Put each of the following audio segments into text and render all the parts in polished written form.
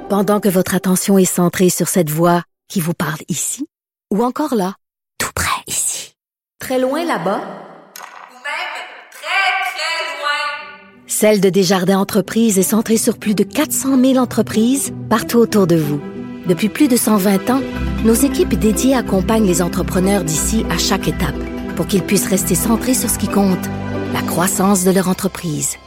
Pendant que votre attention est centrée sur cette voix qui vous parle ici, ou encore là, tout près ici, très loin là-bas, ou même très, très loin. Celle de Desjardins Entreprises est centrée sur plus de 400 000 entreprises partout autour de vous. Depuis plus de 120 ans, nos équipes dédiées accompagnent les entrepreneurs d'ici à chaque étape pour qu'ils puissent rester centrés sur ce qui compte, la croissance de leur entreprise.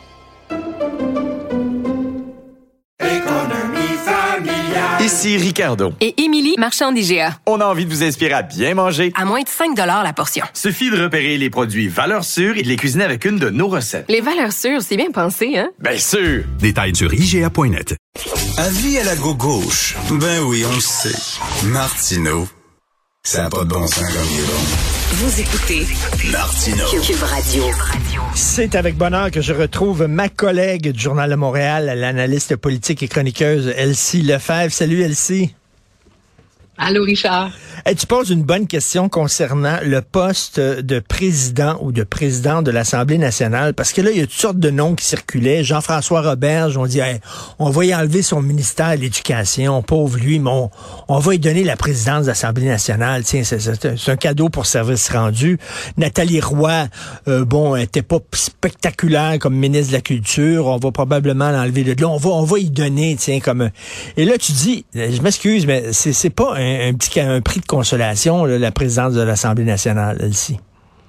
Ici Ricardo. Et Émilie, marchand d'IGA. On a envie de vous inspirer à bien manger. À moins de 5 $ la portion. Suffit de repérer les produits valeurs sûres et de les cuisiner avec une de nos recettes. Les valeurs sûres, c'est bien pensé, hein? Bien sûr! Détails sur IGA.net. Avis à la gauche. Ben oui, on le sait. Martineau, ça n'a pas de bon sens comme il est bon. Vous écoutez Martineau. Cube Radio. C'est avec bonheur que je retrouve ma collègue du Journal de Montréal, l'analyste politique et chroniqueuse Elsie Lefebvre. Salut Elsie. Allô, Richard. Hey, tu poses une bonne question concernant le poste de président ou de présidente de l'Assemblée nationale, parce que là, il y a toutes sortes de noms qui circulaient. Jean-François Roberge, on dit, hey, on va y enlever son ministère de l'Éducation, pauvre lui, mais on va lui donner la présidence de l'Assemblée nationale. Tiens, c'est un cadeau pour service rendu. Nathalie Roy, elle était pas spectaculaire comme ministre de la Culture. On va probablement l'enlever de là. On va y donner, tiens, comme... Et là, tu dis, je m'excuse, mais c'est pas un prix de consolation, là, la présidence de l'Assemblée nationale, Elsie.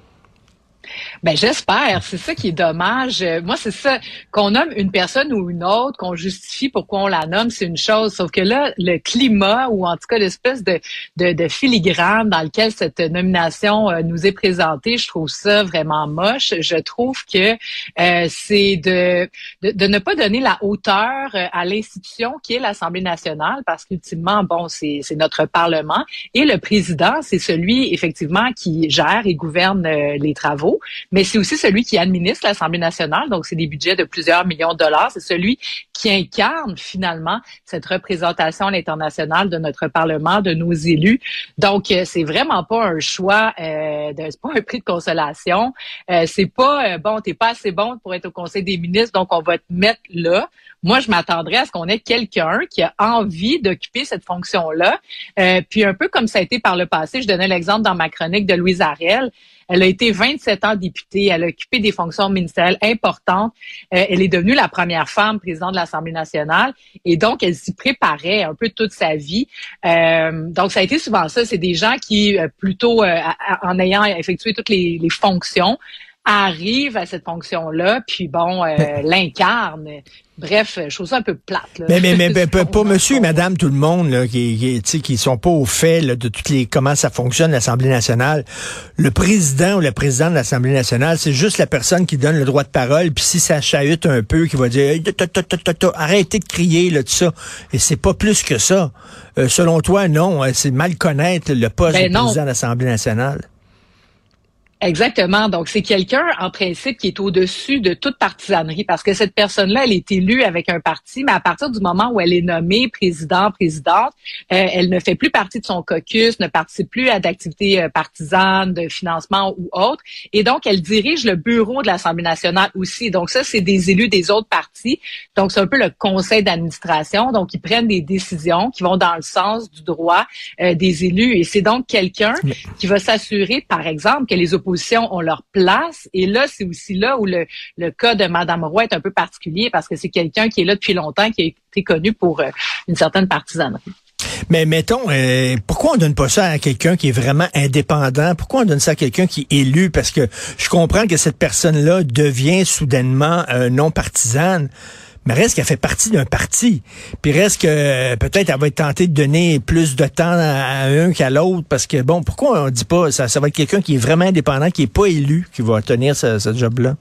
Ben j'espère, c'est ça qui est dommage. Moi, c'est ça, qu'on nomme une personne ou une autre, qu'on justifie pourquoi on la nomme, c'est une chose. Sauf que là, le climat, ou en tout cas l'espèce de filigrane dans lequel cette nomination nous est présentée, je trouve ça vraiment moche. Je trouve que c'est de ne pas donner la hauteur à l'institution qui est l'Assemblée nationale, parce qu'ultimement, c'est notre Parlement. Et le président, c'est celui, effectivement, qui gère et gouverne les travaux. Mais c'est aussi celui qui administre l'Assemblée nationale, donc c'est des budgets de plusieurs millions de dollars. C'est celui qui incarne finalement cette représentation à l'international de notre Parlement, de nos élus. Donc c'est vraiment pas un choix, c'est pas un prix de consolation. C'est pas t'es pas assez bon pour être au Conseil des ministres, donc on va te mettre là. Moi, je m'attendrais à ce qu'on ait quelqu'un qui a envie d'occuper cette fonction-là. Puis un peu comme ça a été par le passé, je donnais l'exemple dans ma chronique de Louise Arel. Elle a été 27 ans députée, elle a occupé des fonctions ministérielles importantes. Elle est devenue la première femme présidente de l'Assemblée nationale et donc elle s'y préparait un peu toute sa vie. Donc ça a été souvent ça, c'est des gens qui plutôt en ayant effectué toutes les fonctions arrivent à cette fonction-là, puis l'incarnent. Bref, je trouve ça un peu plate. Là. Mais pas monsieur et madame tout le monde là, qui sont pas au fait là, de comment ça fonctionne l'Assemblée nationale. Le président ou la présidente de l'Assemblée nationale, c'est juste la personne qui donne le droit de parole, puis si ça chahute un peu, qui va dire arrêtez de crier là, tout ça. Et c'est pas plus que ça. Selon toi, non, c'est mal connaître le poste de président de l'Assemblée nationale. Exactement. Donc, c'est quelqu'un, en principe, qui est au-dessus de toute partisanerie parce que cette personne-là, elle est élue avec un parti, mais à partir du moment où elle est nommée présidente, elle ne fait plus partie de son caucus, ne participe plus à d'activités partisanes, de financement ou autres. Et donc, elle dirige le bureau de l'Assemblée nationale aussi. Donc, ça, c'est des élus des autres partis. Donc, c'est un peu le conseil d'administration. Donc, ils prennent des décisions qui vont dans le sens du droit des élus. Et c'est donc quelqu'un qui va s'assurer, par exemple, que les oppositions ont leur place. Et là, c'est aussi là où le cas de Mme Roy est un peu particulier parce que c'est quelqu'un qui est là depuis longtemps, qui a été connu pour une certaine partisanerie. Mais mettons, pourquoi on donne pas ça à quelqu'un qui est vraiment indépendant? Pourquoi on donne ça à quelqu'un qui est élu? Parce que je comprends que cette personne-là devient soudainement non partisane. Mais reste qu'elle fait partie d'un parti. Puis reste que peut-être elle va être tentée de donner plus de temps à un qu'à l'autre. Parce que pourquoi on dit pas ça va être quelqu'un qui est vraiment indépendant, qui est pas élu, qui va tenir ce job-là?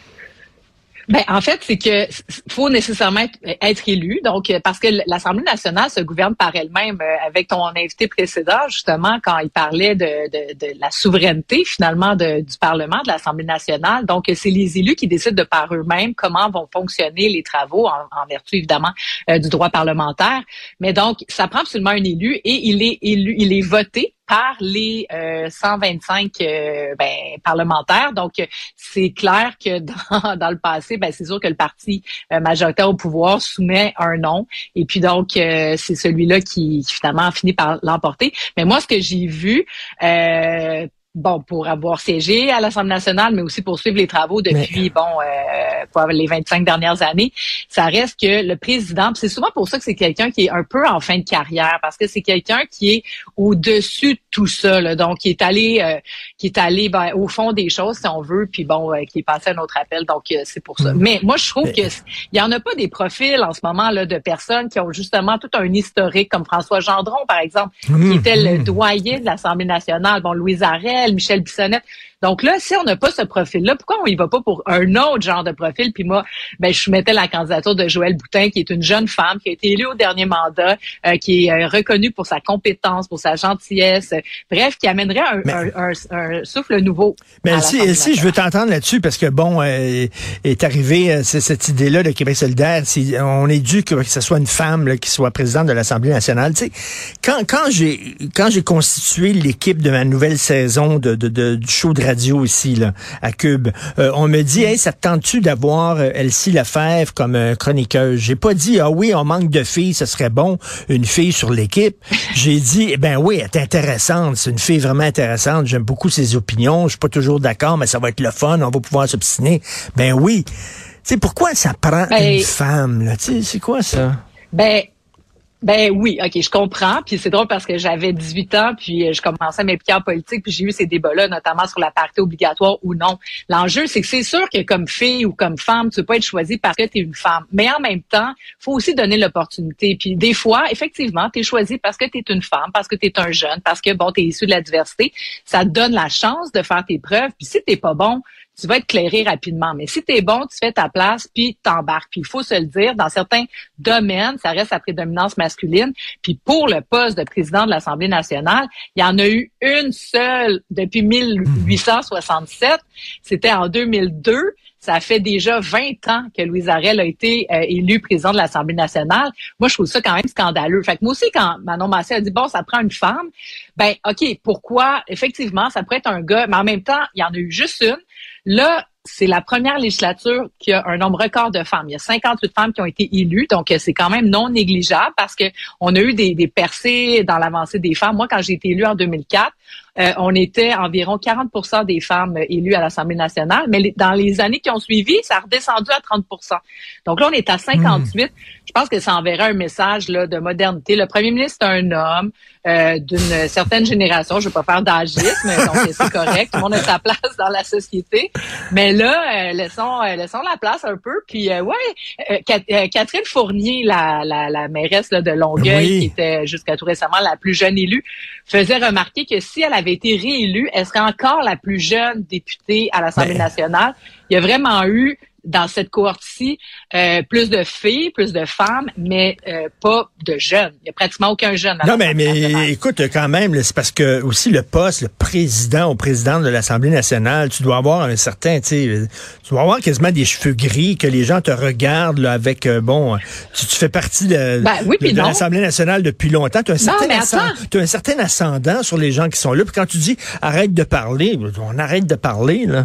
En fait, c'est que faut nécessairement être élu. Donc, parce que l'Assemblée nationale se gouverne par elle-même. Avec ton invité précédent, justement, quand il parlait de la souveraineté, finalement, du Parlement, de l'Assemblée nationale. Donc, c'est les élus qui décident de par eux-mêmes comment vont fonctionner les travaux, en vertu, évidemment, du droit parlementaire. Mais donc, ça prend absolument un élu et il est voté par les 125 parlementaires. Donc, c'est clair que dans le passé, c'est sûr que le parti majoritaire au pouvoir soumet un nom. Et puis donc, c'est celui-là qui finalement finit par l'emporter. Mais moi, ce que j'ai vu, pour avoir siégé à l'Assemblée nationale, mais aussi pour suivre les travaux depuis, les 25 dernières années, ça reste que le président, c'est souvent pour ça que c'est quelqu'un qui est un peu en fin de carrière, parce que c'est quelqu'un qui est au-dessus de tout ça, là. Donc, qui est allé au fond des choses, si on veut, puis qui est passé à un autre appel. Donc, c'est pour ça. Mais moi, je trouve que il y en a pas des profils en ce moment là de personnes qui ont justement tout un historique, comme François Gendron, par exemple, qui était le doyen de l'Assemblée nationale, Louise Arel, Michel Bissonnette. Donc là, si on n'a pas ce profil-là, pourquoi on y va pas pour un autre genre de profil? Puis moi, je soumettais la candidature de Joëlle Boutin, qui est une jeune femme, qui a été élue au dernier mandat, qui est reconnue pour sa compétence, pour sa gentillesse, bref, qui amènerait un souffle nouveau. Mais Elsie, je veux t'entendre là-dessus, parce que est arrivé cette idée-là de Québec solidaire. On est dû que ce soit une femme là, qui soit présidente de l'Assemblée nationale. Tu sais, quand j'ai constitué l'équipe de ma nouvelle saison du show de radio ici, là, à Cube. On me dit, hey, ça te tente-tu d'avoir Elsie Lefebvre comme chroniqueuse? J'ai pas dit, ah oui, on manque de filles, ce serait bon, une fille sur l'équipe. J'ai dit, oui, elle est intéressante, c'est une fille vraiment intéressante, j'aime beaucoup ses opinions, je suis pas toujours d'accord, mais ça va être le fun, on va pouvoir s'obstiner. Ben oui. Tu sais, pourquoi ça prend une femme, là? Tu sais, c'est quoi ça? Oui, OK, je comprends. Puis c'est drôle parce que j'avais 18 ans, puis je commençais à m'impliquer en politique, puis j'ai eu ces débats-là, notamment sur la parité obligatoire ou non. L'enjeu, c'est que c'est sûr que comme fille ou comme femme, tu peux pas être choisie parce que tu es une femme. Mais en même temps, faut aussi donner l'opportunité. Puis des fois, effectivement, tu es choisie parce que tu es une femme, parce que tu es un jeune, parce que, tu es issu de la diversité. Ça te donne la chance de faire tes preuves. Puis si t'es pas bon, tu vas être clairé rapidement. Mais si t'es bon, tu fais ta place, puis t'embarques. Puis il faut se le dire, dans certains domaines, ça reste à prédominance masculine. Puis pour le poste de président de l'Assemblée nationale, il y en a eu une seule depuis 1867. C'était en 2002. Ça fait déjà 20 ans que Louise Arel a été élue président de l'Assemblée nationale. Moi, je trouve ça quand même scandaleux. Fait que moi aussi, quand Manon Massé a dit, ça prend une femme, OK, pourquoi? Effectivement, ça pourrait être un gars, mais en même temps, il y en a eu juste une. Là, c'est la première législature qui a un nombre record de femmes. Il y a 58 femmes qui ont été élues, donc c'est quand même non négligeable parce que on a eu des percées dans l'avancée des femmes. Moi, quand j'ai été élue en 2004, on était environ 40% des femmes élues à l'Assemblée nationale, mais dans les années qui ont suivi, ça a redescendu à 30%. Donc là, on est à 58. Je pense que ça enverrait un message là de modernité. Le premier ministre est un homme d'une certaine génération. Je ne veux pas faire d'agisme, donc c'est correct. Tout le monde a sa place dans la société. Mais là, laissons la place un peu. Puis Catherine Fournier, la mairesse là, de Longueuil, qui était jusqu'à tout récemment la plus jeune élue, faisait remarquer que si elle avait été réélue, elle serait encore la plus jeune députée à l'Assemblée nationale. Il y a vraiment eu dans cette cohorte-ci, plus de filles, plus de femmes, mais pas de jeunes. Il n'y a pratiquement aucun jeune. Non, mais écoute, quand même, là, c'est parce que aussi le poste, le président ou présidente de l'Assemblée nationale, tu dois avoir un certain, tu dois avoir quasiment des cheveux gris, que les gens te regardent là, avec, tu fais partie de l'Assemblée nationale depuis longtemps. Tu as un certain ascendant sur les gens qui sont là. Puis quand tu dis arrête de parler, on arrête de parler, là.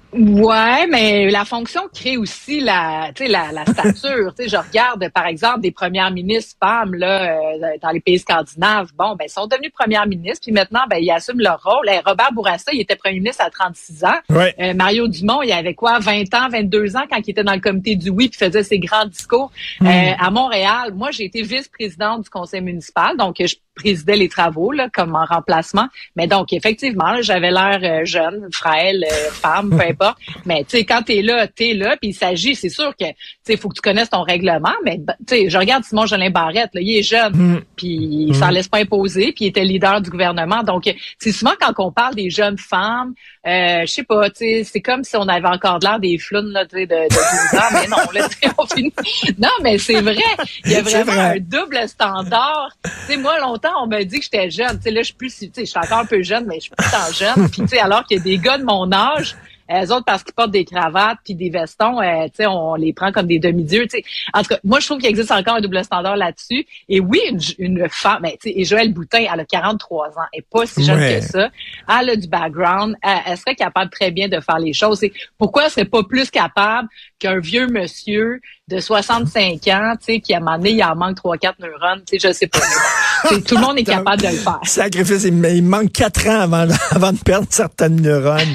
Ouais, mais la fonction crée aussi la stature. Je regarde, par exemple, des premières ministres femmes là dans les pays scandinaves. Ils sont devenus premières ministres, puis maintenant, ils assument leur rôle. Robert Bourassa, il était premier ministre à 36 ans. Ouais. Mario Dumont, il avait 20 ans, 22 ans quand il était dans le comité du oui, puis faisait ses grands discours. À Montréal, moi, j'ai été vice-présidente du conseil municipal, donc je présidais les travaux là, comme en remplacement. Mais donc, effectivement, là, j'avais l'air jeune, frêle, femme, peu importe. Mais tu sais, quand t'es là, puis il s'agit, c'est sûr que il faut que tu connaisses ton règlement. Mais tu sais, je regarde Simon-Jolin Barrette, là, il est jeune, puis il s'en laisse pas imposer, puis il était leader du gouvernement. Donc, c'est souvent quand on parle des jeunes femmes, je sais pas, tu sais, c'est comme si on avait encore de l'air des flounes là, de 12 ans. Mais non, là, on finit. Non, mais c'est vrai. Il y a vraiment un double standard. Tu sais, moi, longtemps, on m'a dit que j'étais jeune. Tu sais, là, je suis encore un peu jeune, mais je suis plus tant jeune. Puis, tu sais, alors qu'il y a des gars de mon âge, Les autres, parce qu'ils portent des cravates puis des vestons, tu sais, on les prend comme des demi-dieux. Tu sais. En tout cas, moi, je trouve qu'il existe encore un double standard là-dessus. Et oui, une femme, ben, tu sais, et Joëlle Boutin, elle a 43 ans, elle est pas si jeune que ça. Elle a du background, elle serait capable très bien de faire les choses. Et pourquoi elle serait pas plus capable qu'un vieux monsieur de 65 ans, tu sais, qui à un moment donné, il en manque 3-4 neurones, tu sais, je sais pas. Tout le monde est capable de le faire. Sacrifice, il manque 4 ans avant de perdre certaines neurones.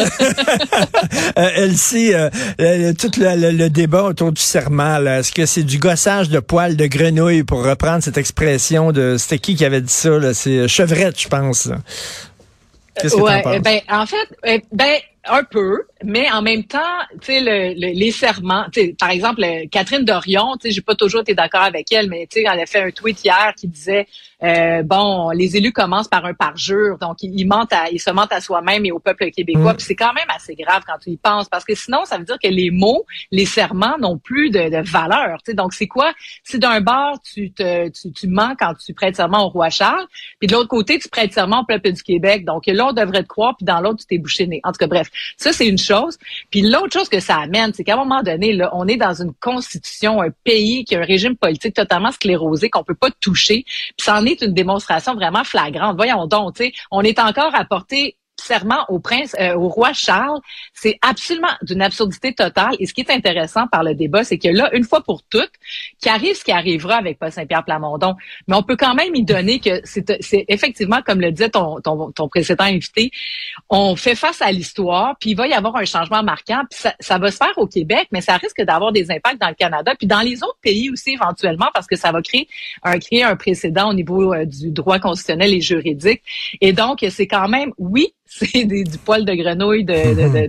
Elsie, tout le débat autour du serment, là, est-ce que c'est du gossage de poils de grenouille, pour reprendre cette expression de... C'était qui avait dit ça, là? C'est Chevrette, je pense. Là. Qu'est-ce que t'en penses? Ben, en fait, un peu, mais en même temps, tu sais, les serments, tu sais, par exemple, Catherine Dorion, tu sais, j'ai pas toujours été d'accord avec elle, mais tu sais, elle a fait un tweet hier qui disait, bon, les élus commencent par un parjure, donc ils se mentent à soi-même et au peuple québécois, puis c'est quand même assez grave quand tu y penses, parce que sinon, ça veut dire que les mots, les serments n'ont plus de valeur, tu sais, donc c'est quoi? Si d'un bord, tu mens quand tu prêtes serment au roi Charles, puis de l'autre côté, tu prêtes serment au peuple du Québec, donc là, on devrait te croire, puis dans l'autre, tu t'es bouché le nez. En tout cas, bref. Ça, c'est une chose. Puis l'autre chose que ça amène, c'est qu'à un moment donné, là, on est dans une constitution, un pays qui a un régime politique totalement sclérosé, qu'on peut pas toucher. Puis ça en est une démonstration vraiment flagrante. Voyons donc, tu sais, on est encore à porter serment au roi Charles, c'est absolument d'une absurdité totale. Et ce qui est intéressant par le débat, c'est que là, une fois pour toutes, qu'il arrive ce qui arrivera avec Paul Saint-Pierre Plamondon, mais on peut quand même y donner que c'est effectivement, comme le disait ton précédent invité, on fait face à l'histoire, puis il va y avoir un changement marquant, puis ça va se faire au Québec, mais ça risque d'avoir des impacts dans le Canada, puis dans les autres pays aussi éventuellement, parce que ça va créer un précédent au niveau du droit constitutionnel et juridique. Et donc, c'est quand même, oui, c'est du poil de grenouille de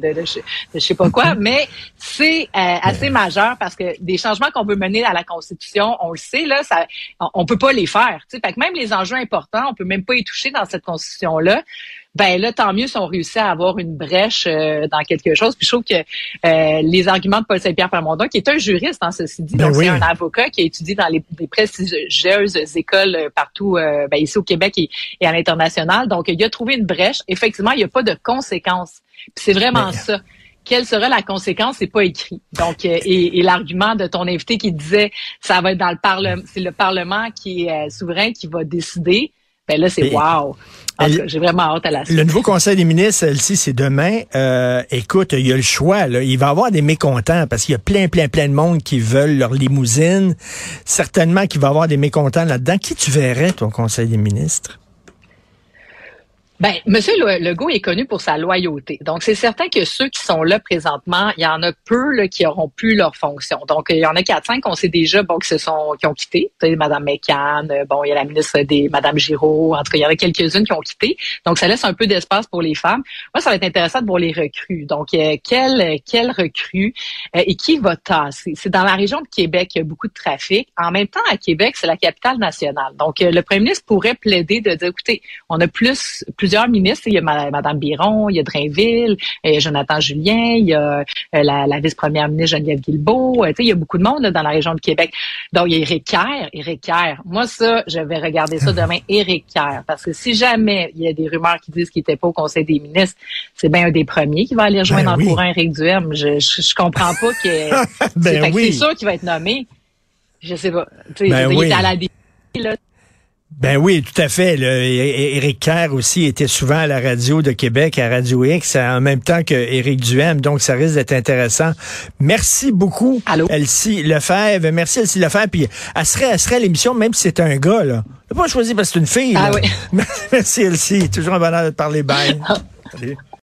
je sais pas quoi, mais c'est assez majeur parce que des changements qu'on veut mener à la Constitution, on le sait, là, on peut pas les faire. Fait que même les enjeux importants, on peut même pas y toucher dans cette Constitution-là. Ben là, tant mieux si on réussit à avoir une brèche dans quelque chose. Puis je trouve que les arguments de Paul Saint-Pierre Plamondon, qui est un juriste, hein, ceci dit, donc c'est un avocat qui a étudié dans des prestigieuses écoles partout, ici au Québec et à l'international. Donc, il a trouvé une brèche. Effectivement, il n'y a pas de conséquences. Puis c'est vraiment ça. Quelle sera la conséquence? C'est pas écrit. Donc, et l'argument de ton invité qui disait, ça va être dans le Parlement, c'est le Parlement qui est souverain qui va décider. Ben là, c'est wow. J'ai vraiment hâte à la suite. Le nouveau Conseil des ministres, Elsie, c'est demain. Écoute, il y a le choix. Là. Il va y avoir des mécontents parce qu'il y a plein de monde qui veulent leur limousine. Certainement qu'il va y avoir des mécontents là-dedans. Qui tu verrais, ton Conseil des ministres? Ben, Monsieur Legault est connu pour sa loyauté. Donc, c'est certain que ceux qui sont là présentement, il y en a peu là, qui auront plus leur fonction. Donc, il y en a 4-5 qu'on sait déjà, qui ont quitté. Tu sais, Mme McCann, il y a la ministre Mme Giraud. En tout cas, il y en a quelques-unes qui ont quitté. Donc, ça laisse un peu d'espace pour les femmes. Moi, ça va être intéressant de voir les recrues. Donc, quelle recrue et qui va tasser? C'est dans la région de Québec, il y a beaucoup de trafic. En même temps, à Québec, c'est la capitale nationale. Donc, le premier ministre pourrait plaider de dire, écoutez, on a plusieurs ministres. Il y a Mme Biron, il y a Drainville, il y a Jonathan Julien, il y a la vice-première ministre Geneviève Guilbeault. Il y a beaucoup de monde là, dans la région de Québec. Donc, il y a Éric Kerr. Moi, ça, je vais regarder ça demain, Éric Kerr. Parce que si jamais il y a des rumeurs qui disent qu'il n'était pas au Conseil des ministres, c'est bien un des premiers qui va aller rejoindre dans le courant Éric Duhem. Je comprends pas que... c'est sûr qu'il va être nommé. Je sais pas. Il est à la dé... là. Ben oui, tout à fait. Éric Kerr aussi était souvent à la radio de Québec, à Radio X, en même temps que Éric Duhem, donc ça risque d'être intéressant. Merci beaucoup, Elsie Lefebvre. Merci, Elsie Lefebvre. Puis elle serait à l'émission, même si c'est un gars, là. Elle n'a pas choisi parce que c'est une fille. Là. Oui. Merci, Elsie. Toujours un bonheur de te parler. Bye. Salut.